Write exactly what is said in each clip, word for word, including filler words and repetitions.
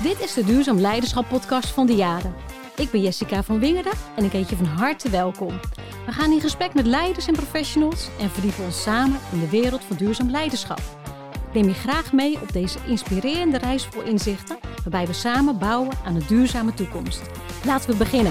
Dit is de Duurzaam Leiderschap podcast van Diade. Ik ben Jessica van Wingerden en ik heet je van harte welkom. We gaan in gesprek met leiders en professionals en verdiepen ons samen in de wereld van duurzaam leiderschap. Ik neem je graag mee op deze inspirerende reis vol inzichten, waarbij we samen bouwen aan een duurzame toekomst. Laten we beginnen.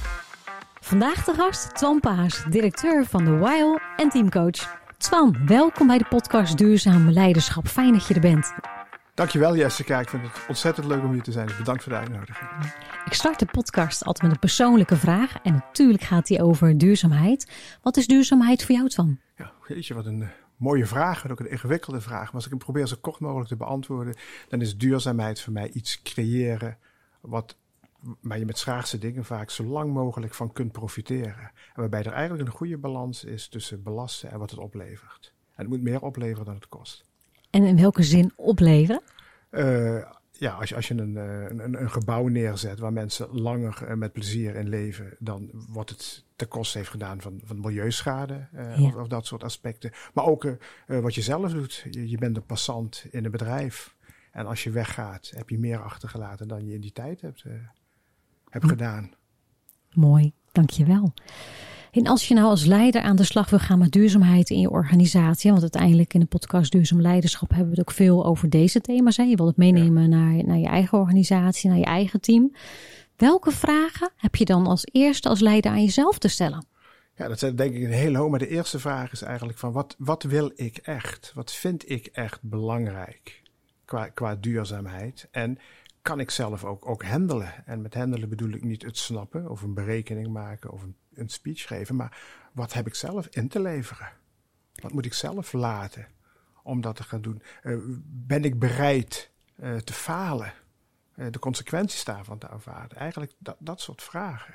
Vandaag de gast Twan Paas, directeur van The While en teamcoach. Twan, welkom bij de podcast Duurzaam Leiderschap. Fijn dat je er bent. Dankjewel Jessica, ik vind het ontzettend leuk om hier te zijn. Dus bedankt voor de uitnodiging. Ik start de podcast altijd met een persoonlijke vraag. En natuurlijk gaat die over duurzaamheid. Wat is duurzaamheid voor jou, Twan? Ja, weet je, wat een uh, mooie vraag en ook een ingewikkelde vraag. Maar als ik hem probeer zo kort mogelijk te beantwoorden, dan is duurzaamheid voor mij iets creëren wat, waar je met schaarse dingen vaak zo lang mogelijk van kunt profiteren. En waarbij er eigenlijk een goede balans is tussen belasten en wat het oplevert. En het moet meer opleveren dan het kost. En in welke zin opleveren? Uh, ja, als je, als je een, een, een gebouw neerzet waar mensen langer met plezier in leven, dan wordt het ten koste heeft gedaan van, van milieuschade uh, ja. of, of dat soort aspecten. Maar ook uh, wat je zelf doet. Je, je bent een passant in een bedrijf. En als je weggaat, heb je meer achtergelaten dan je in die tijd hebt, uh, hebt hm. gedaan. Mooi, dankjewel. En als je nou als leider aan de slag wil gaan met duurzaamheid in je organisatie, want uiteindelijk in de podcast Duurzaam Leiderschap hebben we het ook veel over deze thema's. Hè? Je wil het meenemen ja. naar, naar je eigen organisatie, naar je eigen team. Welke vragen heb je dan als eerste als leider aan jezelf te stellen? Ja, dat zijn denk ik een hele hoop. Maar de eerste vraag is eigenlijk van wat, wat wil ik echt? Wat vind ik echt belangrijk qua, qua duurzaamheid? En kan ik zelf ook, ook handelen? En met handelen bedoel ik niet het snappen of een berekening maken of een, een speech geven. Maar wat heb ik zelf in te leveren? Wat moet ik zelf laten om dat te gaan doen? Uh, ben ik bereid uh, te falen? Uh, de consequenties daarvan te aanvaarden? Eigenlijk dat, dat soort vragen.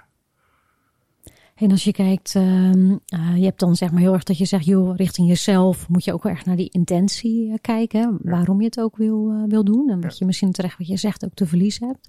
En als je kijkt, uh, uh, je hebt dan zeg maar heel erg dat je zegt, joh, richting jezelf moet je ook wel erg naar die intentie uh, kijken. Hè, ja. Waarom je het ook wil, uh, wil doen. En wat ja. je misschien terecht wat je zegt ook te verliezen hebt.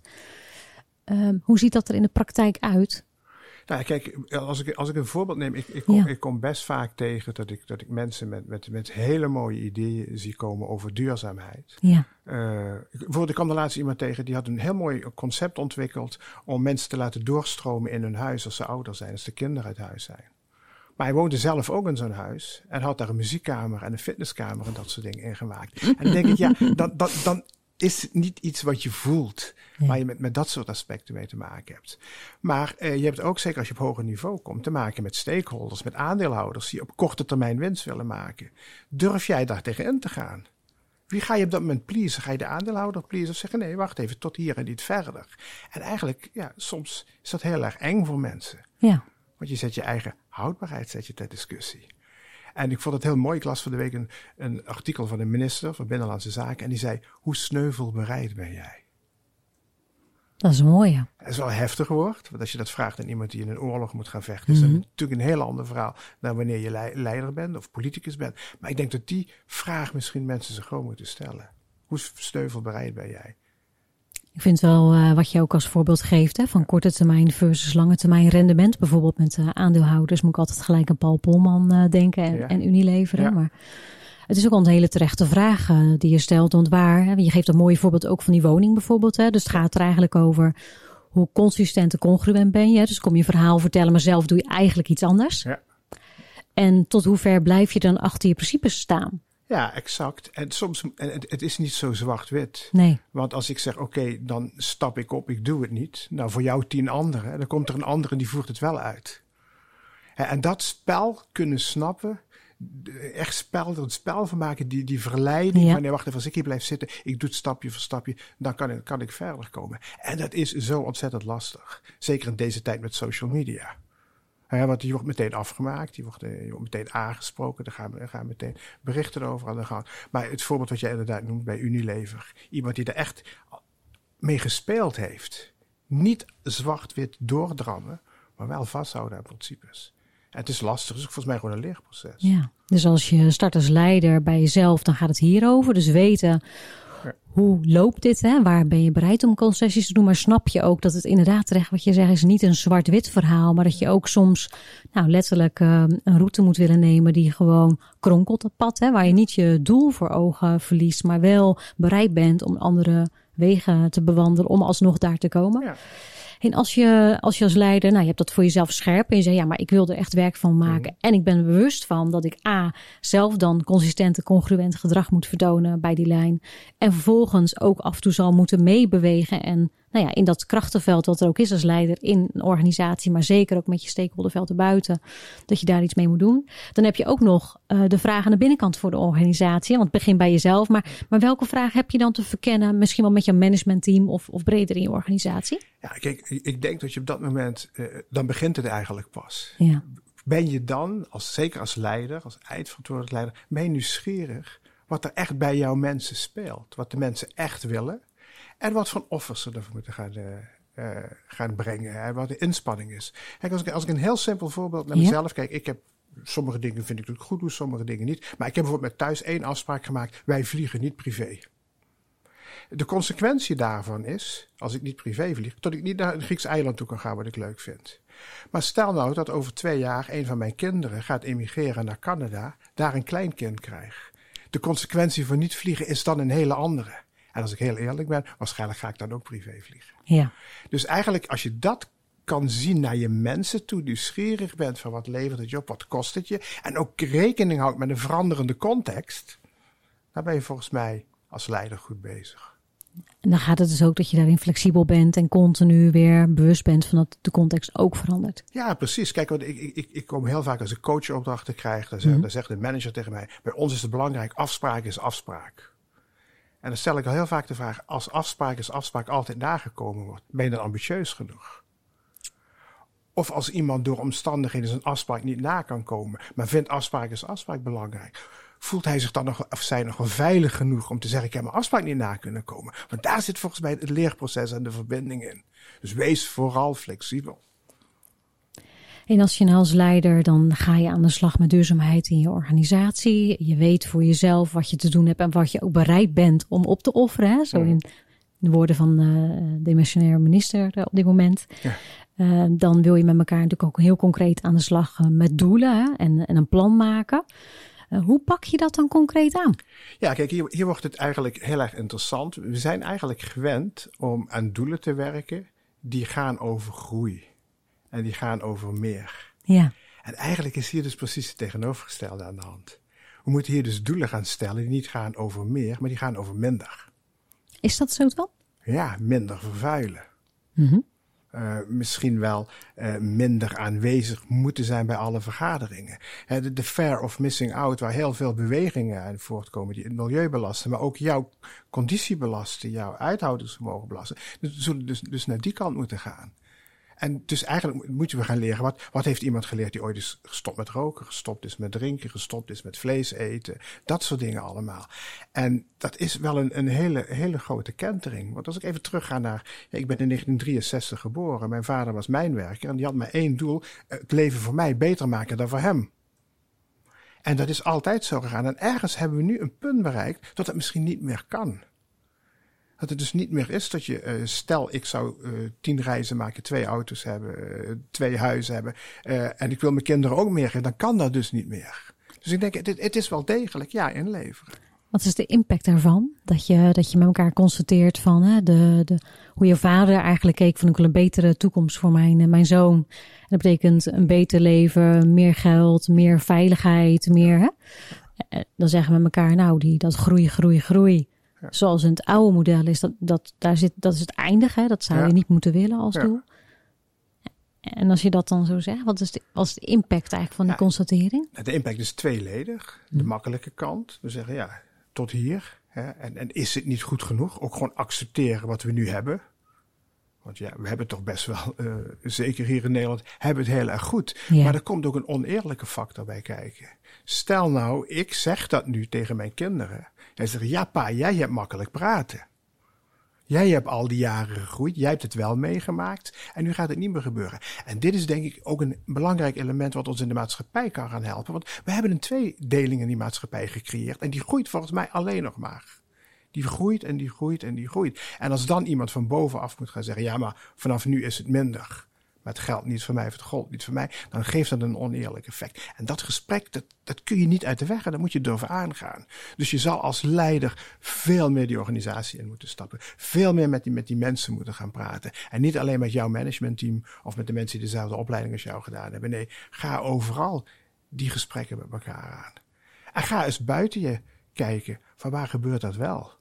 Uh, hoe ziet dat er in de praktijk uit? Nou, kijk, als ik, als ik een voorbeeld neem, ik, ik, kom, ja. ik kom best vaak tegen dat ik, dat ik mensen met, met, met hele mooie ideeën zie komen over duurzaamheid. Ja. Uh, bijvoorbeeld, ik kwam de laatste iemand tegen, die had een heel mooi concept ontwikkeld om mensen te laten doorstromen in hun huis als ze ouder zijn, als de kinderen uit huis zijn. Maar hij woonde zelf ook in zo'n huis en had daar een muziekkamer en een fitnesskamer en dat soort dingen in gemaakt. En dan denk ik, ja, dan, dan, dan is niet iets wat je voelt, ja. waar je met, met dat soort aspecten mee te maken hebt. Maar uh, je hebt ook, zeker als je op hoger niveau komt, te maken met stakeholders, met aandeelhouders die op korte termijn winst willen maken. Durf jij daar tegenin te gaan? Wie ga je op dat moment pleasen? Ga je de aandeelhouder pleasen of zeggen, nee, wacht even, tot hier en niet verder? En eigenlijk, ja, soms is dat heel erg eng voor mensen. Ja. Want je zet je eigen houdbaarheid zet je ter discussie. En ik vond het heel mooi. Ik las van de week een, een artikel van een minister van Binnenlandse Zaken. En die zei, hoe sneuvelbereid ben jij? Dat is een mooie. Het is wel een heftig woord. Want als je dat vraagt aan iemand die in een oorlog moet gaan vechten, mm-hmm. is dat natuurlijk een heel ander verhaal dan wanneer je le- leider bent of politicus bent. Maar ik denk dat die vraag misschien mensen zich gewoon moeten stellen. Hoe sneuvelbereid ben jij? Ik vind wel uh, wat je ook als voorbeeld geeft, hè, van korte termijn versus lange termijn rendement. Bijvoorbeeld met uh, aandeelhouders moet ik altijd gelijk aan Paul Polman uh, denken en, ja. en Unilever. Ja. Maar het is ook al een hele terechte vraag uh, die je stelt. Want waar, hè, je geeft een mooi voorbeeld ook van die woning bijvoorbeeld. Hè, dus het gaat er eigenlijk over hoe consistent en congruent ben je. Dus kom je verhaal vertellen, maar zelf doe je eigenlijk iets anders. Ja. En tot hoe ver blijf je dan achter je principes staan? Ja, exact. En soms, en het, het is niet zo zwart-wit. Nee. Want als ik zeg, oké, okay, dan stap ik op, ik doe het niet. Nou, voor jou tien anderen. Dan komt er een andere en die voert het wel uit. En dat spel kunnen snappen, echt spel, het spel van maken, die, die verleiding. Ja. Van, nee, wacht even, als ik hier blijf zitten, ik doe het stapje voor stapje, dan kan ik, kan ik verder komen. En dat is zo ontzettend lastig. Zeker in deze tijd met social media. Ja, want die wordt meteen afgemaakt, die wordt, die wordt meteen aangesproken, er gaan, er gaan meteen berichten over aan de gang. Maar het voorbeeld wat jij inderdaad noemt bij Unilever, iemand die er echt mee gespeeld heeft, niet zwart-wit doordrammen, maar wel vasthouden aan principes. En het is lastig, het is volgens mij gewoon een leerproces. Ja, dus als je start als leider bij jezelf, dan gaat het hierover. Dus weten, ja. hoe loopt dit? Hè? Waar ben je bereid om concessies te doen? Maar snap je ook dat het inderdaad terecht wat je zegt is niet een zwart-wit verhaal. Maar dat je ook soms nou, letterlijk uh, een route moet willen nemen die gewoon kronkelt, dat pad. Hè? Waar je niet je doel voor ogen verliest, maar wel bereid bent om andere wegen te bewandelen om alsnog daar te komen. Ja. En als je, als je als leider, nou je hebt dat voor jezelf scherp en je zegt ja, maar ik wil er echt werk van maken. Mm. En ik ben er bewust van dat ik A, zelf dan consistent en congruent gedrag moet vertonen bij die lijn. En vervolgens ook af en toe zal moeten meebewegen en nou ja, in dat krachtenveld wat er ook is als leider in een organisatie, maar zeker ook met je stakeholderveld erbuiten, dat je daar iets mee moet doen. Dan heb je ook nog uh, de vraag aan de binnenkant voor de organisatie, want het begint bij jezelf. Maar, maar welke vraag heb je dan te verkennen, misschien wel met je managementteam of, of breder in je organisatie? Ja, kijk, ik denk dat je op dat moment, uh, dan begint het eigenlijk pas. Ja. Ben je dan, als, zeker als leider, als eindverantwoordelijk leider, ben je nieuwsgierig wat er echt bij jouw mensen speelt, wat de mensen echt willen. En wat voor offers ze ervoor moeten gaan, uh, uh, gaan brengen. Hè, wat de inspanning is. Kijk, als ik, als ik een heel simpel voorbeeld naar mezelf ja. kijk. Ik heb sommige dingen vind ik dat ik goed doe, sommige dingen niet. Maar ik heb bijvoorbeeld met thuis één afspraak gemaakt. Wij vliegen niet privé. De consequentie daarvan is, als ik niet privé vlieg, dat ik niet naar een Grieks eiland toe kan gaan wat ik leuk vind. Maar stel nou dat over twee jaar een van mijn kinderen gaat emigreren naar Canada, daar een kleinkind krijgt. De consequentie van niet vliegen is dan een hele andere. En als ik heel eerlijk ben, waarschijnlijk ga ik dan ook privé vliegen. Ja. Dus eigenlijk als je dat kan zien naar je mensen toe, nieuwsgierig bent van wat levert het je op, wat kost het je, en ook rekening houdt met een veranderende context, dan ben je volgens mij als leider goed bezig. En dan gaat het dus ook dat je daarin flexibel bent en continu weer bewust bent van dat de context ook verandert. Ja, precies. Kijk, want ik, ik, ik kom heel vaak als ik coachopdrachten krijg, dan, mm-hmm. dan zegt de manager tegen mij, bij ons is het belangrijk, afspraak is afspraak. En dan stel ik al heel vaak de vraag, als afspraak is afspraak altijd nagekomen wordt, ben je dan ambitieus genoeg? Of als iemand door omstandigheden zijn afspraak niet na kan komen, maar vindt afspraak is afspraak belangrijk, voelt hij zich dan nog, of zij nog wel veilig genoeg om te zeggen, ik heb mijn afspraak niet na kunnen komen? Want daar zit volgens mij het leerproces en de verbinding in. Dus wees vooral flexibel. En als je nou als leider, dan ga je aan de slag met duurzaamheid in je organisatie. Je weet voor jezelf wat je te doen hebt en wat je ook bereid bent om op te offeren. Hè? Zo in de woorden van uh, de demissionair minister uh, op dit moment. Ja. Uh, dan wil je met elkaar natuurlijk ook heel concreet aan de slag uh, met doelen hè? En, en een plan maken. Uh, hoe pak je dat dan concreet aan? Ja, kijk, hier, hier wordt het eigenlijk heel erg interessant. We zijn eigenlijk gewend om aan doelen te werken die gaan over groei. En die gaan over meer. Ja. En eigenlijk is hier dus precies het tegenovergestelde aan de hand. We moeten hier dus doelen gaan stellen die niet gaan over meer, maar die gaan over minder. Is dat zo dan? Ja, minder vervuilen. Mm-hmm. Uh, misschien wel uh, minder aanwezig moeten zijn bij alle vergaderingen. Uh, de, de fear of missing out, waar heel veel bewegingen uit voortkomen die het milieu belasten, maar ook jouw conditie belasten, jouw uithoudingsvermogen belasten. Dus we zullen dus, dus naar die kant moeten gaan. En dus eigenlijk moeten we gaan leren, wat, wat heeft iemand geleerd die ooit is gestopt met roken, gestopt is met drinken, gestopt is met vlees eten, dat soort dingen allemaal. En dat is wel een, een hele, hele grote kentering. Want als ik even terug ga naar, ja, ik ben in negentien drieënzestig geboren, mijn vader was mijnwerker en die had maar één doel, het leven voor mij beter maken dan voor hem. En dat is altijd zo gegaan. En ergens hebben we nu een punt bereikt dat het misschien niet meer kan. Dat het dus niet meer is dat je, uh, stel ik zou uh, tien reizen maken, twee auto's hebben, uh, twee huizen hebben. Uh, en ik wil mijn kinderen ook meer geven, dan kan dat dus niet meer. Dus ik denk, het, het is wel degelijk, ja, inleveren. Wat is de impact daarvan? Dat je, dat je met elkaar constateert van hè, de, de, hoe je vader eigenlijk keek van ik wil een betere toekomst voor mijn, mijn zoon. En dat betekent een beter leven, meer geld, meer veiligheid, meer. Hè? Dan zeggen we met elkaar, nou, die, dat groei, groei, groei. Ja. Zoals in het oude model is, dat, dat, daar zit, dat is het eindig. Hè? Dat zou ja. je niet moeten willen als ja. doel. En als je dat dan zo zegt, wat is de, wat is de impact eigenlijk van die ja. constatering? De impact is tweeledig. De hm. makkelijke kant. We zeggen ja, tot hier. Hè? En, en is het niet goed genoeg? Ook gewoon accepteren wat we nu hebben. Want ja, we hebben toch best wel, uh, zeker hier in Nederland, hebben het heel erg goed. Ja. Maar er komt ook een oneerlijke factor bij kijken. Stel nou, ik zeg dat nu tegen mijn kinderen. Hij zegt, ja pa, jij hebt makkelijk praten. Jij hebt al die jaren gegroeid, jij hebt het wel meegemaakt en nu gaat het niet meer gebeuren. En dit is denk ik ook een belangrijk element wat ons in de maatschappij kan gaan helpen. Want we hebben een tweedeling in die maatschappij gecreëerd en die groeit volgens mij alleen nog maar. Die groeit en die groeit en die groeit. En als dan iemand van bovenaf moet gaan zeggen, ja maar vanaf nu is het minder. maar het geldt niet voor mij of het gold niet voor mij, dan geeft dat een oneerlijk effect. En dat gesprek, dat, dat kun je niet uit de weg gaan, dat moet je durven aangaan. Dus je zal als leider veel meer die organisatie in moeten stappen. Veel meer met die, met die mensen moeten gaan praten. En niet alleen met jouw managementteam of met de mensen die dezelfde opleiding als jou gedaan hebben. Nee, ga overal die gesprekken met elkaar aan. En ga eens buiten je kijken, van waar gebeurt dat wel?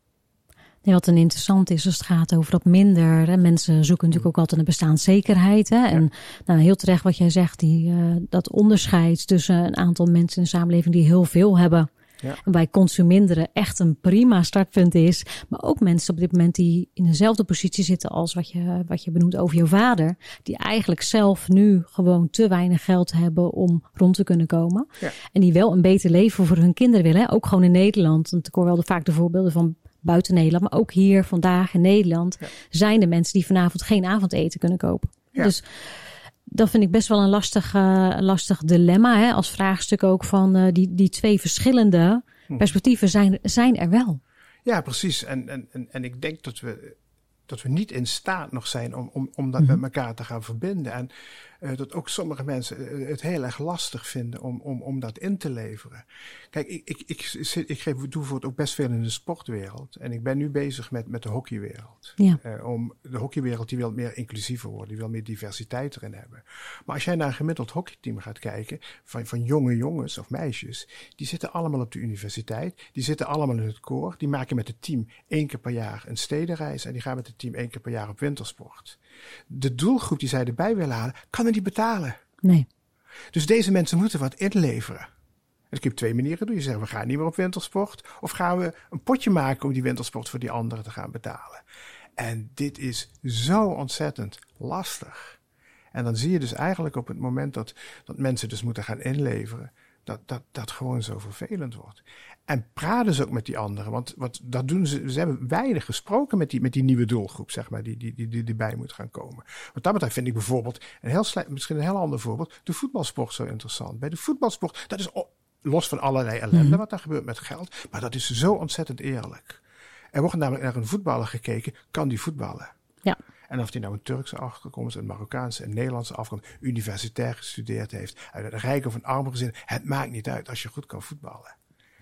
Nee, wat een interessant is als het gaat over dat minder. Hè. Mensen zoeken natuurlijk ook altijd een bestaanszekerheid. Hè. En ja. nou, heel terecht wat jij zegt, die, uh, dat onderscheid tussen een aantal mensen in de samenleving die heel veel hebben. Ja. En bij consuminderen echt een prima startpunt is. Maar ook mensen op dit moment die in dezelfde positie zitten als wat je, wat je benoemt over je vader. Die eigenlijk zelf nu gewoon te weinig geld hebben om rond te kunnen komen. Ja. En die wel een beter leven voor hun kinderen willen. Hè. Ook gewoon in Nederland. Want ik hoor wel de, vaak de voorbeelden van buiten Nederland. Maar ook hier vandaag in Nederland ja. zijn er mensen die vanavond geen avondeten kunnen kopen. Ja. Dus dat vind ik best wel een lastig, uh, lastig dilemma. Hè? Als vraagstuk ook van uh, die, die twee verschillende perspectieven zijn, zijn er wel. Ja, precies. En, en, en, en ik denk dat we, dat we niet in staat nog zijn om, om, om dat mm-hmm. met elkaar te gaan verbinden. En uh, dat ook sommige mensen het heel erg lastig vinden om, om, om dat in te leveren. Kijk, ik, ik, ik, ik, ik geef, doe voor het ook best veel in de sportwereld. En ik ben nu bezig met, met de hockeywereld. Ja. Uh, om de hockeywereld die wil meer inclusiever worden. Die wil meer diversiteit erin hebben. Maar als jij naar een gemiddeld hockeyteam gaat kijken, van, van jonge jongens of meisjes, die zitten allemaal op de universiteit. Die zitten allemaal in het koor. Die maken met het team één keer per jaar een stedenreis. En die gaan met het team één keer per jaar op wintersport. De doelgroep die zij erbij willen halen, kan er niet betalen. Nee. Dus deze mensen moeten wat inleveren. En dat kun je op twee manieren doen. Je zegt, we gaan niet meer op wintersport. Of gaan we een potje maken om die wintersport voor die anderen te gaan betalen. En dit is zo ontzettend lastig. En dan zie je dus eigenlijk op het moment dat, dat mensen dus moeten gaan inleveren, dat dat, dat gewoon zo vervelend wordt. En praten ze ook met die anderen. Want wat, dat doen ze, ze hebben weinig gesproken met die, met die nieuwe doelgroep, zeg maar, die, die, die, die erbij moet gaan komen. Wat dat betreft vind ik bijvoorbeeld, een heel slecht, misschien een heel ander voorbeeld, de voetbalsport zo interessant. Bij de voetbalsport, dat is los van allerlei ellende mm-hmm. wat daar gebeurt met geld, maar dat is zo ontzettend eerlijk. Er wordt namelijk naar een voetballer gekeken, kan die voetballen? Ja. En of hij nou een Turkse achterkomst, een Marokkaanse, een Nederlandse afkomst, universitair gestudeerd heeft, uit een rijke of een arme gezin, het maakt niet uit als je goed kan voetballen.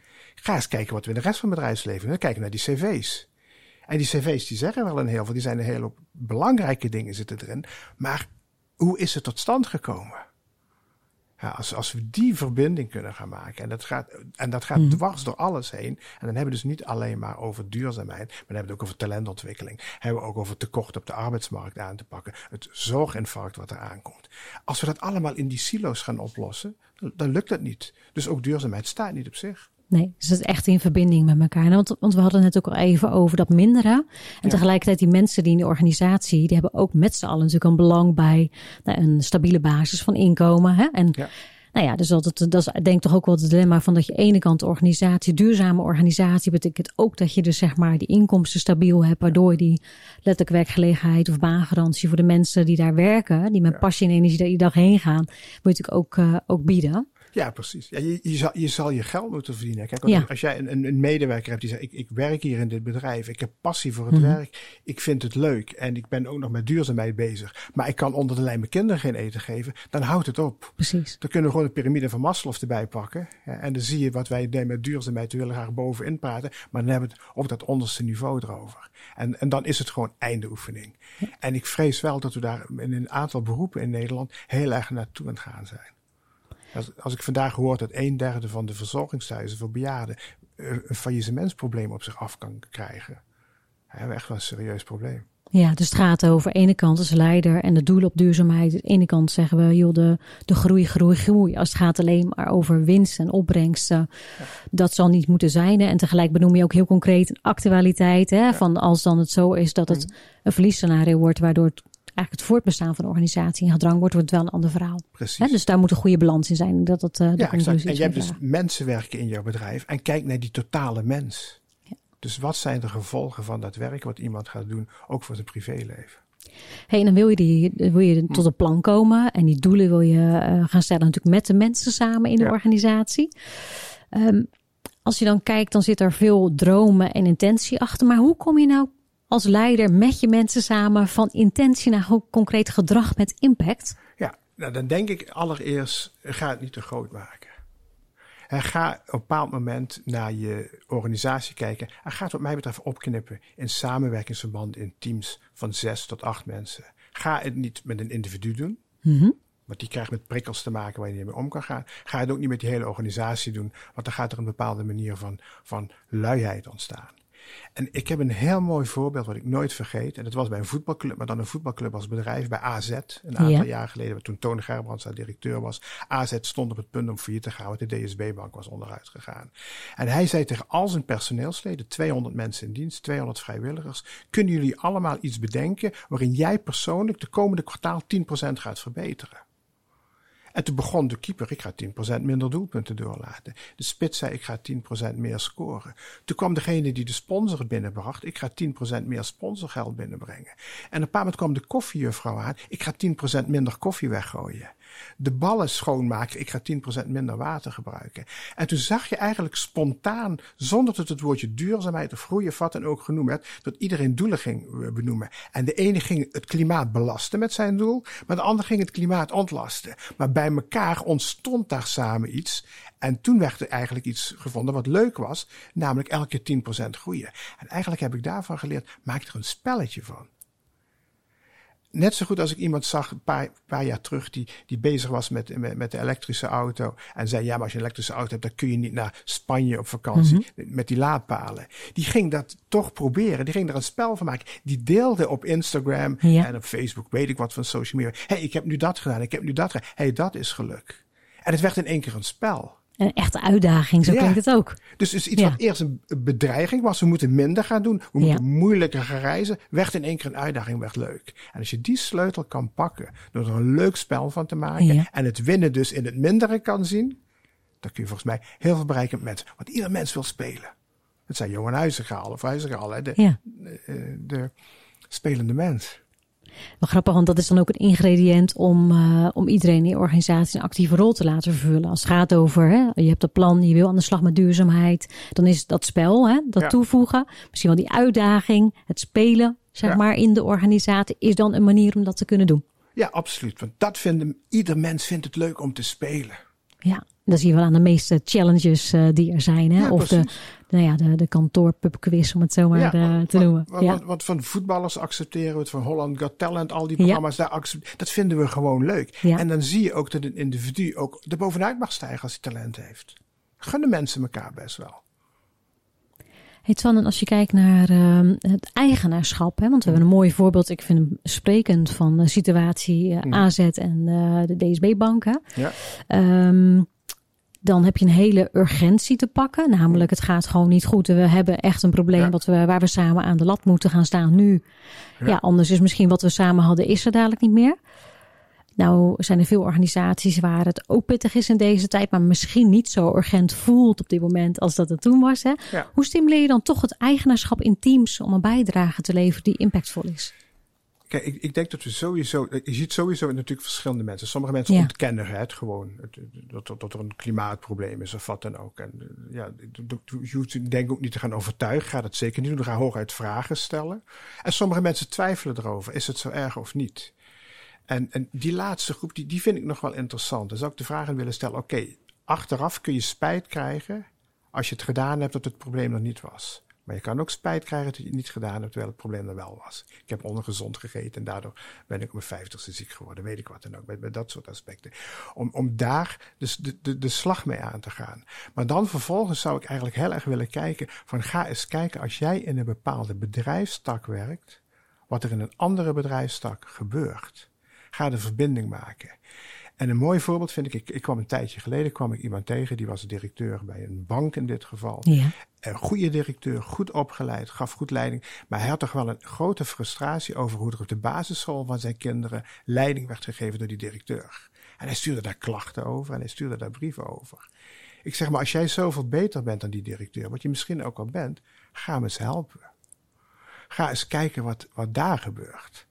Ga eens kijken wat we in de rest van het bedrijfsleven doen. Kijken naar die cv's. En die cv's die zeggen wel een heel veel, die zijn een hele belangrijke dingen zitten erin. Maar hoe is het tot stand gekomen? Ja, als, als we die verbinding kunnen gaan maken, en dat gaat, en dat gaat mm. dwars door alles heen, en dan hebben we dus niet alleen maar over duurzaamheid, maar dan hebben we het ook over talentontwikkeling, hebben we ook over tekort op de arbeidsmarkt aan te pakken, het zorginfarct wat er aankomt. Als we dat allemaal in die silo's gaan oplossen, dan, dan lukt dat niet. Dus ook duurzaamheid staat niet op zich. Nee, dus het is echt in verbinding met elkaar. Want, want we hadden het net ook al even over dat minderen. En ja. tegelijkertijd die mensen die in de organisatie, die hebben ook met z'n allen natuurlijk een belang bij nou, een stabiele basis van inkomen. Hè? En ja. nou ja, dus dat, het, dat is denk ik toch ook wel het dilemma van dat je aan de ene kant de organisatie, duurzame organisatie, betekent ook dat je dus zeg maar die inkomsten stabiel hebt, waardoor die letterlijk werkgelegenheid of baangarantie voor de mensen die daar werken, die met ja. passie en energie die dag heen gaan, moet je natuurlijk ook, uh, ook bieden. Ja, precies. Ja, je, je, zal, je zal je geld moeten verdienen. Kijk, ja. als jij een, een medewerker hebt die zegt, ik, ik werk hier in dit bedrijf, ik heb passie voor het mm-hmm. werk, ik vind het leuk en ik ben ook nog met duurzaamheid bezig, maar ik kan onder de lijn mijn kinderen geen eten geven, dan houdt het op. Precies. Dan kunnen we gewoon de piramide van Maslow erbij pakken. Ja, en dan zie je wat wij nemen met duurzaamheid, we willen graag bovenin praten, maar dan hebben we het op dat onderste niveau erover. En, en dan is het gewoon einde oefening. Ja. En ik vrees wel dat we daar in een aantal beroepen in Nederland heel erg naartoe aan het gaan zijn. Als, als ik vandaag hoor dat een derde van de verzorgingshuizen voor bejaarden een faillissementsprobleem op zich af kan krijgen, dan hebben we echt wel een serieus probleem. Ja, dus het gaat over aan de ene kant als leider en de doelen op duurzaamheid. Aan de ene kant zeggen we, joh, de, de groei, groei, groei. Als het gaat alleen maar over winst en opbrengsten, ja. dat zal niet moeten zijn. Hè. En tegelijk benoem je ook heel concreet een actualiteit. Hè, ja. Van als dan het zo is dat het een verliesscenario wordt, waardoor het eigenlijk het voortbestaan van de organisatie in gedrang wordt, wordt het wel een ander verhaal. Precies. He, dus daar moet een goede balans in zijn. Dat het, uh, de ja, exact. En je hebt dus mensen werken in jouw bedrijf en kijk naar die totale mens. Ja. Dus wat zijn de gevolgen van dat werk wat iemand gaat doen, ook voor zijn privéleven? Hey, en dan wil je, die, wil je tot een plan komen en die doelen wil je uh, gaan stellen natuurlijk met de mensen samen in de ja. organisatie. Um, als je dan kijkt, dan zit er veel dromen en intentie achter. Maar hoe kom je nou als leider met je mensen samen van intentie naar concreet gedrag met impact? Ja, nou dan denk ik allereerst, ga het niet te groot maken. En ga op een bepaald moment naar je organisatie kijken en ga het wat mij betreft opknippen in samenwerkingsverbanden in teams van zes tot acht mensen. Ga het niet met een individu doen. Mm-hmm. Want die krijgt met prikkels te maken waar je niet mee om kan gaan. Ga het ook niet met die hele organisatie doen. Want dan gaat er een bepaalde manier van, van luiheid ontstaan. En ik heb een heel mooi voorbeeld wat ik nooit vergeet. En dat was bij een voetbalclub, maar dan een voetbalclub als bedrijf. Bij A Z, een aantal ja. jaar geleden, toen Tony Gerbrands daar directeur was. A Z stond op het punt om failliet te gaan, want de D S B-bank was onderuit gegaan. En hij zei tegen al zijn personeelsleden, tweehonderd mensen in dienst, tweehonderd vrijwilligers. Kunnen jullie allemaal iets bedenken waarin jij persoonlijk de komende kwartaal tien procent gaat verbeteren? En toen begon de keeper, ik ga tien procent minder doelpunten doorlaten. De spits zei, ik ga tien procent meer scoren. Toen kwam degene die de sponsor binnenbracht, ik ga tien procent meer sponsorgeld binnenbrengen. En op een paar moment kwam de koffiejuffrouw aan, ik ga tien procent minder koffie weggooien. De ballen schoonmaken, ik ga tien procent minder water gebruiken. En toen zag je eigenlijk spontaan, zonder dat het woordje duurzaamheid of groeien, wat en ook genoemd werd, dat iedereen doelen ging benoemen. En de ene ging het klimaat belasten met zijn doel, maar de ander ging het klimaat ontlasten. Maar bij elkaar ontstond daar samen iets. En toen werd er eigenlijk iets gevonden wat leuk was, namelijk elke keer tien procent groeien. En eigenlijk heb ik daarvan geleerd, maak er een spelletje van. Net zo goed als ik iemand zag een paar, paar jaar terug die, die bezig was met, met, met de elektrische auto. En zei, ja, maar als je een elektrische auto hebt, dan kun je niet naar Spanje op vakantie mm-hmm. met die laadpalen. Die ging dat toch proberen. Die ging er een spel van maken. Die deelde op Instagram ja. en op Facebook, weet ik wat van social media. Hé, hey, ik heb nu dat gedaan, ik heb nu dat gedaan. Hé, hey, dat is geluk. En het werd in één keer een spel. Een echte uitdaging, zo ja. klinkt het ook. Dus is iets ja. wat eerst een bedreiging was. We moeten minder gaan doen. We moeten ja. moeilijker gaan reizen. Werd in één keer een uitdaging, werd leuk. En als je die sleutel kan pakken, door er een leuk spel van te maken. Ja. En het winnen dus in het mindere kan zien. Dan kun je volgens mij heel veel bereiken met mensen. Want ieder mens wil spelen. Het zijn Johan Huizengaal of Huizengaal. Hè? De, ja. de, de spelende mens. Wel grappig, want dat is dan ook een ingrediënt om, uh, om iedereen in je organisatie een actieve rol te laten vervullen. Als het gaat over, hè, je hebt een plan, je wil aan de slag met duurzaamheid. Dan is dat spel, hè, dat ja. toevoegen. Misschien wel die uitdaging, het spelen, zeg ja. maar, in de organisatie, is dan een manier om dat te kunnen doen. Ja, absoluut. Want dat vinden, ieder mens vindt het leuk om te spelen. Ja, dat zie je wel aan de meeste challenges uh, die er zijn. Hè? Ja, of de, nou ja, de, de kantoorpubquiz, om het zo maar ja, uh, te want, noemen. Want, ja. want van voetballers accepteren we het, van Holland Got Talent, al die programma's, ja. daar dat vinden we gewoon leuk. Ja. En dan zie je ook dat een individu ook er bovenuit mag stijgen als hij talent heeft. Gunnen mensen elkaar best wel. Hey Twan, en als je kijkt naar uh, het eigenaarschap, hè, want we hebben een mooi voorbeeld, ik vind hem sprekend, van de situatie uh, mm. A Z en uh, de D S B-banken. Ja. Um, dan heb je een hele urgentie te pakken, namelijk het gaat gewoon niet goed. We hebben echt een probleem ja. wat we, waar we samen aan de lat moeten gaan staan nu. Ja. ja, anders is misschien wat we samen hadden, is er dadelijk niet meer. Nou zijn er veel organisaties waar het ook pittig is in deze tijd, maar misschien niet zo urgent voelt op dit moment als dat het toen was. Hè? Ja. Hoe stimuleer je dan toch het eigenaarschap in teams om een bijdrage te leveren die impactvol is? Kijk, ik, ik denk dat we sowieso, je ziet sowieso natuurlijk verschillende mensen. Sommige mensen ja. ontkennen het gewoon, het, dat, dat er een klimaatprobleem is of wat dan ook. En ja, je hoeft denk ik ook niet te gaan overtuigen, ga dat zeker niet doen. We gaan hooguit vragen stellen. En sommige mensen twijfelen erover, is het zo erg of niet? En, en die laatste groep, die, die vind ik nog wel interessant. Dan zou ik de vraag aan willen stellen, oké, okay, achteraf kun je spijt krijgen als je het gedaan hebt dat het probleem er niet was. Maar je kan ook spijt krijgen dat je het niet gedaan hebt terwijl het probleem er wel was. Ik heb ongezond gegeten en daardoor ben ik op mijn vijftigste ziek geworden. Weet ik wat dan ook, met, met dat soort aspecten. Om, om daar dus de, de, de slag mee aan te gaan. Maar dan vervolgens zou ik eigenlijk heel erg willen kijken van ga eens kijken als jij in een bepaalde bedrijfstak werkt, wat er in een andere bedrijfstak gebeurt. Ga de verbinding maken. En een mooi voorbeeld vind ik, ik, ik kwam een tijdje geleden, kwam ik iemand tegen, die was directeur bij een bank in dit geval. Ja. Een goede directeur, goed opgeleid, gaf goed leiding. Maar hij had toch wel een grote frustratie over hoe er op de basisschool van zijn kinderen leiding werd gegeven door die directeur. En hij stuurde daar klachten over en hij stuurde daar brieven over. Ik zeg maar, als jij zoveel beter bent dan die directeur, wat je misschien ook al bent, ga hem eens helpen. Ga eens kijken wat, wat daar gebeurt.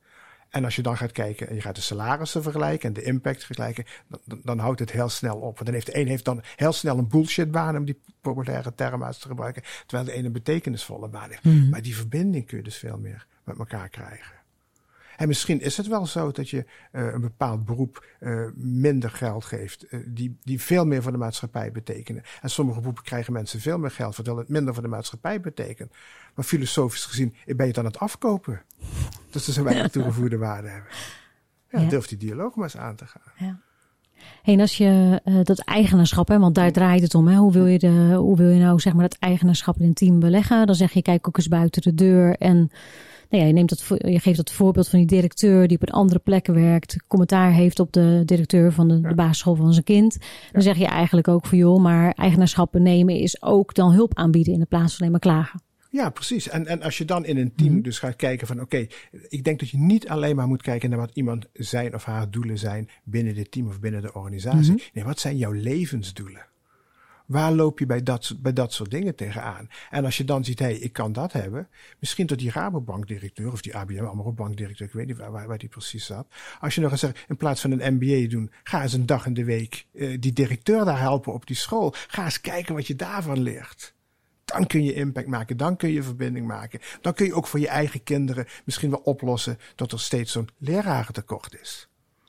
En als je dan gaat kijken en je gaat de salarissen vergelijken en de impact vergelijken, dan, dan houdt het heel snel op. Want dan heeft de een heeft dan heel snel een bullshitbaan, om die populaire term uit te gebruiken, terwijl de ene een betekenisvolle baan heeft. Mm. Maar die verbinding kun je dus veel meer met elkaar krijgen. En misschien is het wel zo dat je uh, een bepaald beroep uh, minder geld geeft, uh, die, die veel meer voor de maatschappij betekenen. En sommige beroepen krijgen mensen veel meer geld, terwijl het minder voor de maatschappij betekent. Maar filosofisch gezien ben je het aan het afkopen. Dus ze zo weinig toegevoegde waarde hebben. Ja, ja. Durf die dialoog maar eens aan te gaan. Ja. Hey, en als je uh, dat eigenaarschap, hè, want daar draait het om, hè, hoe wil je de, hoe wil je nou zeg maar dat eigenaarschap in een team beleggen? Dan zeg je, kijk ook eens buiten de deur en nou ja, je, neemt dat, je geeft dat voorbeeld van die directeur die op een andere plek werkt, commentaar heeft op de directeur van de, ja. de basisschool van zijn kind. Dan ja. zeg je eigenlijk ook van joh, maar eigenaarschap nemen is ook dan hulp aanbieden in de plaats van alleen maar klagen. Ja, precies. En, en als je dan in een team mm. dus gaat kijken van oké, okay, ik denk dat je niet alleen maar moet kijken naar wat iemand zijn of haar doelen zijn binnen dit team of binnen de organisatie. Mm-hmm. Nee, wat zijn jouw levensdoelen? Waar loop je bij dat, bij dat soort dingen tegenaan? En als je dan ziet, hé, hey, ik kan dat hebben. Misschien tot die Rabobank-directeur of die A B N AMRO-bankdirecteur, ik weet niet waar, waar, waar die precies zat. Als je nog eens zegt, in plaats van een M B A doen, ga eens een dag in de week uh, die directeur daar helpen op die school. Ga eens kijken wat je daarvan leert. Dan kun je impact maken, dan kun je verbinding maken. Dan kun je ook voor je eigen kinderen misschien wel oplossen dat er steeds zo'n lerarentekort is.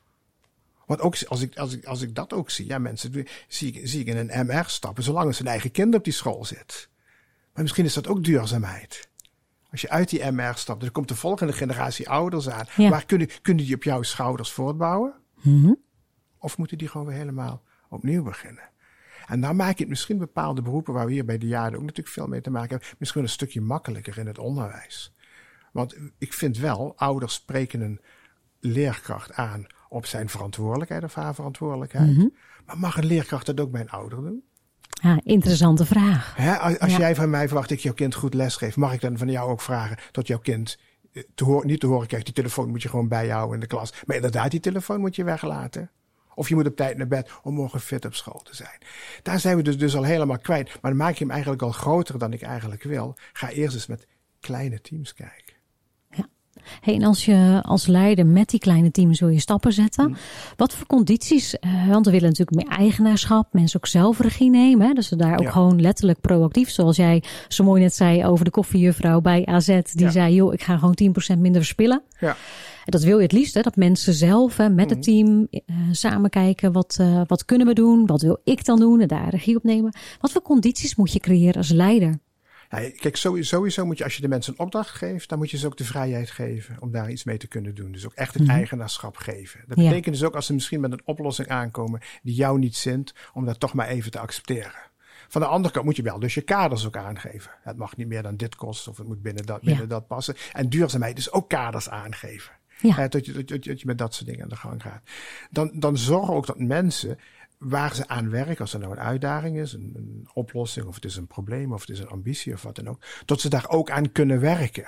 Want ook als ik, als ik, als ik dat ook zie, ja mensen, zie ik, zie ik in een M R stappen, zolang er zijn eigen kind op die school zit. Maar misschien is dat ook duurzaamheid. Als je uit die M R stapt, dan komt de volgende generatie ouders aan. Ja. Waar kunnen, kunnen die op jouw schouders voortbouwen? Mm-hmm. Of moeten die gewoon weer helemaal opnieuw beginnen? En dan maak je het misschien bepaalde beroepen, waar we hier bij de jaren ook natuurlijk veel mee te maken hebben, misschien een stukje makkelijker in het onderwijs. Want ik vind wel, ouders spreken een leerkracht aan op zijn verantwoordelijkheid of haar verantwoordelijkheid. Mm-hmm. Maar mag een leerkracht dat ook bij een ouder doen? Ja, interessante vraag. Hè, als als ja. jij van mij verwacht dat ik jouw kind goed lesgeef, mag ik dan van jou ook vragen dat jouw kind te horen, niet te horen krijgt, die telefoon moet je gewoon bijhouden in de klas. Maar inderdaad, die telefoon moet je weglaten. Of je moet op tijd naar bed om morgen fit op school te zijn. Daar zijn we dus, dus al helemaal kwijt. Maar dan maak je hem eigenlijk al groter dan ik eigenlijk wil. Ga eerst eens met kleine teams kijken. Ja. Hey, en als je als leider met die kleine teams wil je stappen zetten. Hmm. Wat voor condities, uh, want we willen natuurlijk meer eigenaarschap. Mensen ook zelf regie nemen. Hè, dus ze daar ook ja. gewoon letterlijk proactief. Zoals jij zo mooi net zei over de koffiejuffrouw bij A Z. Die ja. zei, joh, ik ga gewoon tien procent minder verspillen. Ja. En dat wil je het liefst, hè, dat mensen zelf hè, met het team uh, samen kijken. Wat, uh, wat kunnen we doen? Wat wil ik dan doen? En daar regie op nemen. Wat voor condities moet je creëren als leider? Ja, kijk, sowieso moet je, als je de mensen een opdracht geeft, dan moet je ze ook de vrijheid geven om daar iets mee te kunnen doen. Dus ook echt het mm-hmm. eigenaarschap geven. Dat ja. betekent dus ook als ze misschien met een oplossing aankomen die jou niet zint, om dat toch maar even te accepteren. Van de andere kant moet je wel dus je kaders ook aangeven. Het mag niet meer dan dit kosten of het moet binnen dat, binnen ja. dat passen. En duurzaamheid dus ook kaders aangeven. Ja. Uh, dat, je, dat, dat, dat je met dat soort dingen aan de gang gaat. Dan, dan zorgen ook dat mensen waar ze aan werken, als er nou een uitdaging is, een, een oplossing, of het is een probleem, of het is een ambitie, of wat dan ook, dat ze daar ook aan kunnen werken.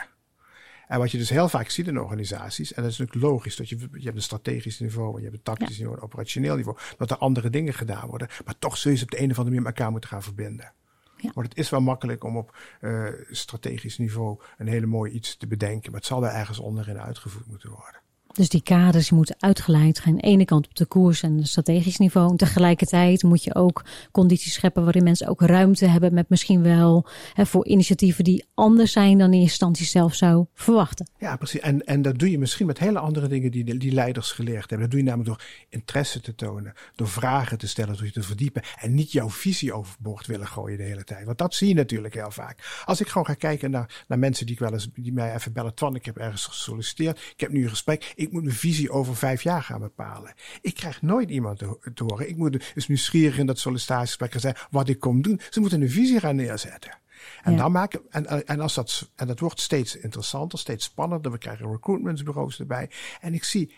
En wat je dus heel vaak ziet in organisaties, en dat is natuurlijk logisch, dat je, je hebt een strategisch niveau, je hebt een tactisch ja. niveau, een operationeel niveau, dat er andere dingen gedaan worden, maar toch zul je ze op de een of andere manier met elkaar moeten gaan verbinden. Ja. Want het is wel makkelijk om op uh, strategisch niveau een hele mooi iets te bedenken, maar het zal er ergens onderin uitgevoerd moeten worden. Dus die kaders moeten uitgeleid gaan. Aan de ene kant op de koers en het strategisch niveau. En tegelijkertijd moet je ook condities scheppen waarin mensen ook ruimte hebben met misschien wel hè, voor initiatieven die anders zijn dan in eerste instantie zelf zou verwachten. Ja, precies. En, en dat doe je misschien met hele andere dingen die die leiders geleerd hebben. Dat doe je namelijk door interesse te tonen, door vragen te stellen, door je te verdiepen en niet jouw visie overboord willen gooien de hele tijd. Want dat zie je natuurlijk heel vaak. Als ik gewoon ga kijken naar, naar mensen die ik wel eens, die mij even bellen, Twan, ik heb ergens gesolliciteerd, ik heb nu een gesprek, ik moet mijn visie over vijf jaar gaan bepalen. Ik krijg nooit iemand te, te horen. Ik moet dus nieuwsgierig in dat sollicitatiegesprek zijn wat ik kom doen. Ze moeten een visie gaan neerzetten. En ja. dan maken, en, en als dat, en dat wordt steeds interessanter, steeds spannender. We krijgen recruitmentsbureaus erbij. En ik zie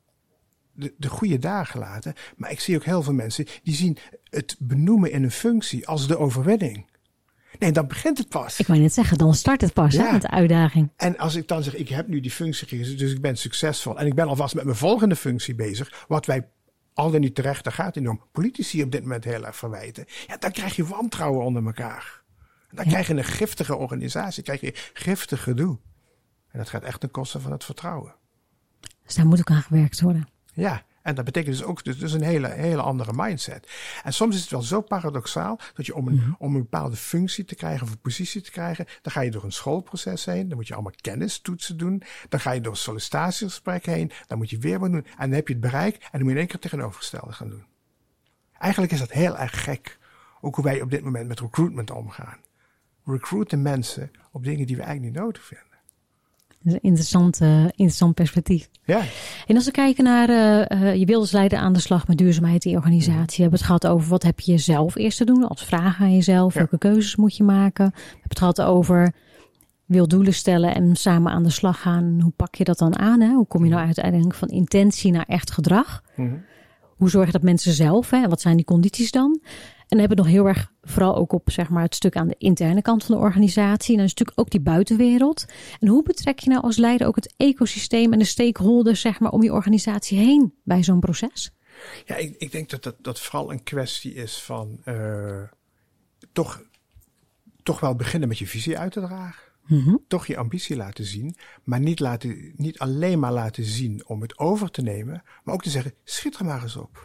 de, de goede dagen laten, maar ik zie ook heel veel mensen die zien het benoemen in een functie als de overwinning. Nee, dan begint het pas. Ik wou net zeggen, dan start het pas, ja. hè, met de uitdaging. En als ik dan zeg, ik heb nu die functie gekregen, dus ik ben succesvol. En ik ben alvast met mijn volgende functie bezig. Wat wij al dan niet terecht, daar gaat het om, politici op dit moment heel erg verwijten. Ja, dan krijg je wantrouwen onder elkaar. Dan ja. krijg je een giftige organisatie, krijg je giftig gedoe. En dat gaat echt ten koste van het vertrouwen. Dus daar moet ook aan gewerkt worden. Ja, en dat betekent dus ook dus, dus een hele, hele andere mindset. En soms is het wel zo paradoxaal dat je om een, mm-hmm. om een bepaalde functie te krijgen of een positie te krijgen, dan ga je door een schoolproces heen, dan moet je allemaal kennistoetsen doen, dan ga je door een sollicitatiegesprek heen, dan moet je weer wat doen en dan heb je het bereik en dan moet je in één keer tegenovergestelde gaan doen. Eigenlijk is dat heel erg gek, ook hoe wij op dit moment met recruitment omgaan. We recruiten mensen op dingen die we eigenlijk niet nodig vinden. Dat is een interessant, uh, interessant perspectief. Ja. En als we kijken naar, uh, uh, je wil dus leiden aan de slag met duurzaamheid in je organisatie. Mm. We hebben het gehad over wat heb je zelf eerst te doen als vraag aan jezelf. Ja. Welke keuzes moet je maken? We hebben het gehad over, wil doelen stellen en samen aan de slag gaan. Hoe pak je dat dan aan? Hè? Hoe kom je nou uiteindelijk van intentie naar echt gedrag? Mm. Hoe zorg je dat mensen zelf, hè? Wat zijn die condities dan? En dan hebben we het nog heel erg vooral ook op zeg maar, het stuk aan de interne kant van de organisatie. En dan is natuurlijk ook die buitenwereld. En hoe betrek je nou als leider ook het ecosysteem en de stakeholders zeg maar, om je organisatie heen bij zo'n proces? Ja, ik, ik denk dat, dat dat vooral een kwestie is van uh, toch, toch wel beginnen met je visie uit te dragen. Mm-hmm. Toch je ambitie laten zien, maar niet, laten, niet alleen maar laten zien om het over te nemen, maar ook te zeggen, schiet er maar eens op.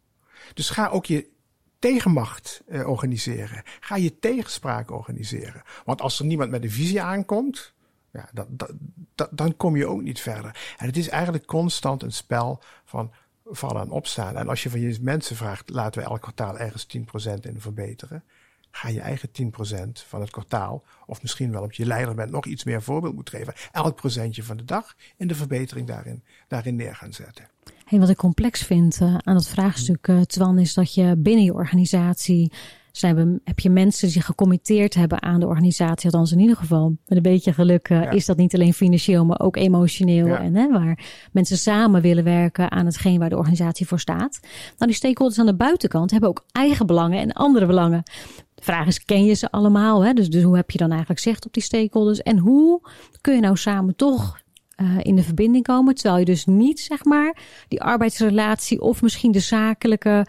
Dus ga ook je tegenmacht uh, organiseren. Ga je tegenspraak organiseren. Want als er niemand met een visie aankomt, ja, dat, dat, dat, dan kom je ook niet verder. En het is eigenlijk constant een spel van vallen en opstaan. En als je van je mensen vraagt, laten we elk kwartaal ergens tien procent in verbeteren. Ga je eigen tien procent van het kwartaal, of misschien wel op je leider bent, nog iets meer voorbeeld moet geven. Elk procentje van de dag in de verbetering daarin, daarin neer gaan zetten. Hey, wat ik complex vind uh, aan dat vraagstuk, uh, Twan, is dat je binnen je organisatie, zijn we, heb je mensen die gecommitteerd hebben aan de organisatie, althans in ieder geval, met een beetje geluk uh, ja. is dat niet alleen financieel, maar ook emotioneel. Ja. En hè, waar mensen samen willen werken aan hetgeen waar de organisatie voor staat. Nou, die stakeholders aan de buitenkant hebben ook eigen belangen en andere belangen. De vraag is, ken je ze allemaal? Hè? Dus, dus hoe heb je dan eigenlijk zicht op die stakeholders? En hoe kun je nou samen toch uh, in de verbinding komen? Terwijl je dus niet, zeg maar, die arbeidsrelatie of misschien de zakelijke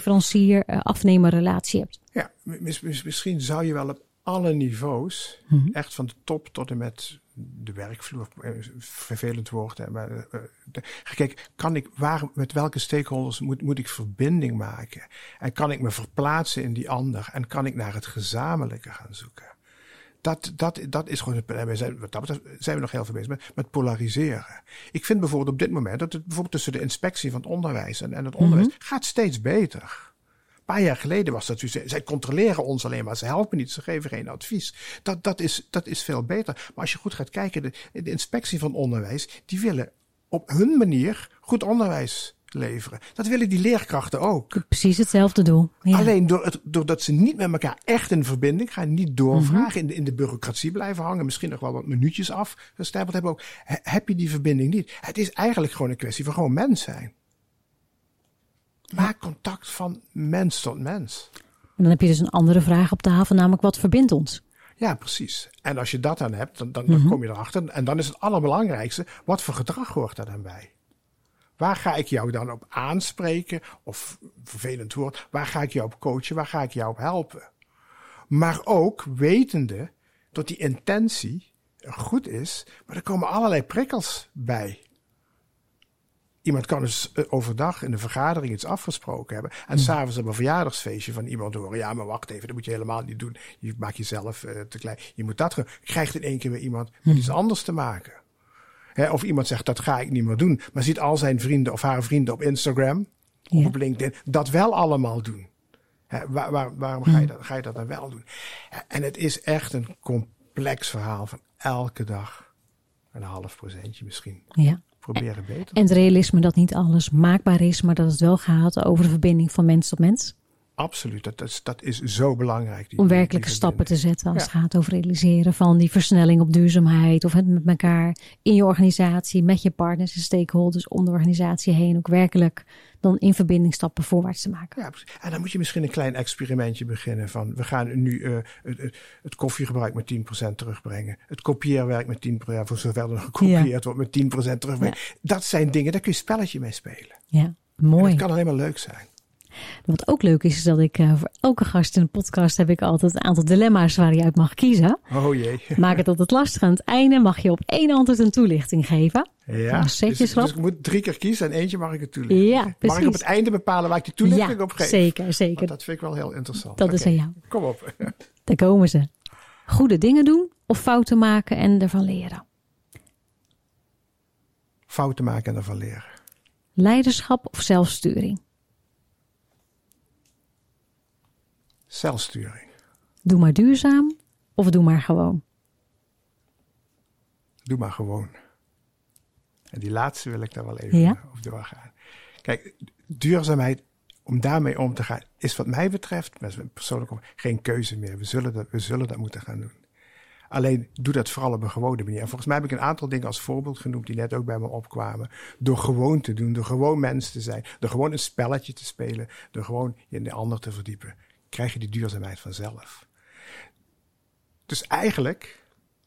leverancier-afnemerrelatie uh, hebt. Ja, mis, mis, misschien zou je wel op alle niveaus, mm-hmm. echt van de top tot en met de werkvloer, vervelend woord. Hè, maar, uh, de, kijk, kan ik, waar, met welke stakeholders moet, moet ik verbinding maken? En kan ik me verplaatsen in die ander? En kan ik naar het gezamenlijke gaan zoeken? Dat, dat, dat is gewoon het probleem. We zijn, dat zijn we nog heel veel bezig met, met polariseren. Ik vind bijvoorbeeld op dit moment dat het bijvoorbeeld tussen de inspectie van het onderwijs en, en het onderwijs mm-hmm. gaat steeds beter. Een paar jaar geleden was dat, zij controleren ons alleen maar, ze helpen niet, ze geven geen advies. Dat, dat, is, dat is veel beter. Maar als je goed gaat kijken, de, de inspectie van onderwijs, die willen op hun manier goed onderwijs leveren. Dat willen die leerkrachten ook. Precies hetzelfde doel. Ja. Alleen door het, doordat ze niet met elkaar echt in verbinding gaan, niet doorvragen, mm-hmm. in, de, in de bureaucratie blijven hangen, misschien nog wel wat minuutjes afgestempeld hebben ook, he, heb je die verbinding niet. Het is eigenlijk gewoon een kwestie van gewoon mens zijn. Maak contact van mens tot mens. En dan heb je dus een andere vraag op tafel, namelijk wat verbindt ons? Ja, precies. En als je dat dan hebt, dan, dan, dan mm-hmm. kom je erachter. En dan is het allerbelangrijkste, wat voor gedrag hoort daar dan bij? Waar ga ik jou dan op aanspreken? Of, vervelend woord, waar ga ik jou op coachen? Waar ga ik jou op helpen? Maar ook wetende dat die intentie goed is, maar er komen allerlei prikkels bij. Iemand kan dus overdag in een vergadering iets afgesproken hebben. En mm. s'avonds op een verjaardagsfeestje van iemand horen. Ja, maar wacht even, dat moet je helemaal niet doen. Je maakt jezelf uh, te klein. Je moet dat ge- krijgt in één keer weer iemand mm. met iets anders te maken. Hè, of iemand zegt, dat ga ik niet meer doen. Maar ziet al zijn vrienden of haar vrienden op Instagram, ja. of op LinkedIn, dat wel allemaal doen. Hè, waar, waar, waarom mm. ga, je dat, ga je dat dan wel doen? En het is echt een complex verhaal van elke dag een half procentje misschien. Ja. Proberen beter. En het realisme dat niet alles maakbaar is, maar dat het wel gaat over de verbinding van mens tot mens. Absoluut, dat is, dat is zo belangrijk. Die, Om werkelijke die stappen te zetten als ja. het gaat over realiseren van die versnelling op duurzaamheid. Of het met elkaar in je organisatie, met je partners en stakeholders om de organisatie heen ook werkelijk dan in verbinding stappen voorwaarts te maken. Ja, en dan moet je misschien een klein experimentje beginnen van we gaan nu uh, het, het koffiegebruik met tien procent terugbrengen. Het kopieerwerk met tien procent, voor zover er nog gekopieerd ja. wordt, met tien procent terugbrengen. Ja. Dat zijn dingen, daar kun je een spelletje mee spelen. Ja, mooi. En dat kan alleen maar leuk zijn. Wat ook leuk is, is dat ik uh, voor elke gast in de podcast heb ik altijd een aantal dilemma's waar je uit mag kiezen. Oh jee. Maak het altijd lastig. Aan het einde mag je op één antwoord een toelichting geven. Ja, dus, dus ik moet drie keer kiezen en eentje mag ik een toelichting ja, geven. Mag ik op het einde bepalen waar ik die toelichting ja, op geef? zeker, zeker. Want dat vind ik wel heel interessant. Dat okay. is aan jou. Kom op. Daar komen ze. Goede dingen doen of fouten maken en ervan leren? Fouten maken en ervan leren. Leiderschap of zelfsturing? Zelfsturing. Doe maar duurzaam of doe maar gewoon? Doe maar gewoon. En die laatste wil ik daar wel even ja? op doorgaan. Kijk, duurzaamheid, om daarmee om te gaan, is wat mij betreft, met persoonlijk geen keuze meer. We zullen dat, we zullen dat moeten gaan doen. Alleen, doe dat vooral op een gewone manier. En volgens mij heb ik een aantal dingen als voorbeeld genoemd die net ook bij me opkwamen. Door gewoon te doen, door gewoon mens te zijn, door gewoon een spelletje te spelen, door gewoon je in de ander te verdiepen, krijg je die duurzaamheid vanzelf. Dus eigenlijk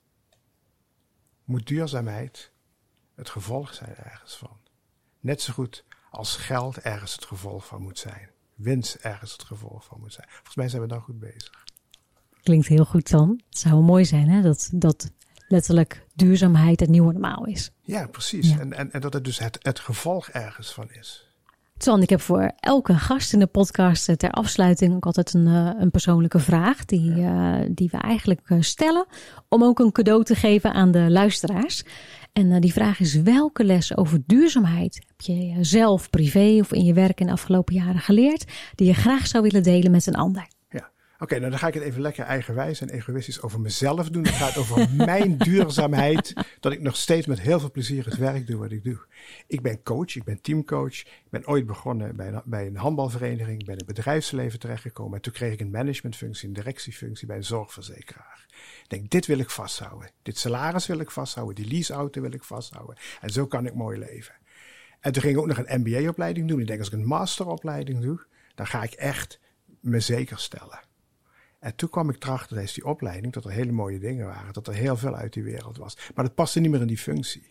moet duurzaamheid het gevolg zijn ergens van. Net zo goed als geld ergens het gevolg van moet zijn. Winst ergens het gevolg van moet zijn. Volgens mij zijn we dan goed bezig. Klinkt heel goed dan. Het zou mooi zijn hè? Dat, dat letterlijk duurzaamheid het nieuwe normaal is. Ja, precies. Ja. En, en, en dat het dus het, het gevolg ergens van is. Twan, ik heb voor elke gast in de podcast ter afsluiting ook altijd een, een persoonlijke vraag die, ja. uh, die we eigenlijk stellen om ook een cadeau te geven aan de luisteraars. En uh, die vraag is: welke les over duurzaamheid heb je zelf privé of in je werk in de afgelopen jaren geleerd die je graag zou willen delen met een ander? Oké, okay, nou dan ga ik het even lekker eigenwijs en egoïstisch over mezelf doen. Het gaat over mijn duurzaamheid, dat ik nog steeds met heel veel plezier het werk doe wat ik doe. Ik ben coach, ik ben teamcoach. Ik ben ooit begonnen bij een, bij een handbalvereniging, bij het bedrijfsleven terechtgekomen. En toen kreeg ik een managementfunctie, een directiefunctie bij een zorgverzekeraar. Ik denk, dit wil ik vasthouden. Dit salaris wil ik vasthouden, die leaseauto wil ik vasthouden. En zo kan ik mooi leven. En toen ging ik ook nog een M B A-opleiding doen. Ik denk, als ik een masteropleiding doe, dan ga ik echt me zeker stellen. En toen kwam ik erachter tijdens die opleiding dat er hele mooie dingen waren. Dat er heel veel uit die wereld was. Maar dat paste niet meer in die functie.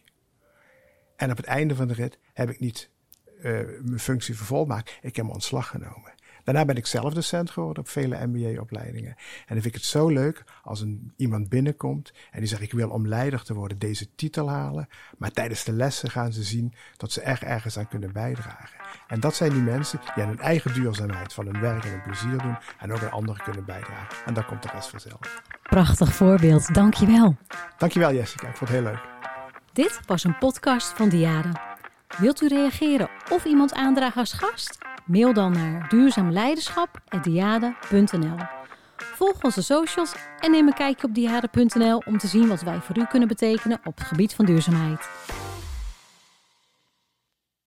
En op het einde van de rit heb ik niet uh, mijn functie vervolmaakt. Ik heb mijn ontslag genomen. Daarna ben ik zelf docent geworden op vele M B A-opleidingen. En dan vind ik het zo leuk als een, iemand binnenkomt en die zegt: ik wil om leider te worden deze titel halen. Maar tijdens de lessen gaan ze zien dat ze er ergens aan kunnen bijdragen. En dat zijn die mensen die aan hun eigen duurzaamheid van hun werk en hun plezier doen en ook aan anderen kunnen bijdragen. En daar komt de rest vanzelf. Prachtig voorbeeld, dankjewel. Dankjewel Jessica, ik vond het heel leuk. Dit was een podcast van Diade. Wilt u reageren of iemand aandragen als gast? Mail dan naar duurzaamleiderschap apenstaartje diade punt n l. Volg onze socials en neem een kijkje op diade punt n l om te zien wat wij voor u kunnen betekenen op het gebied van duurzaamheid.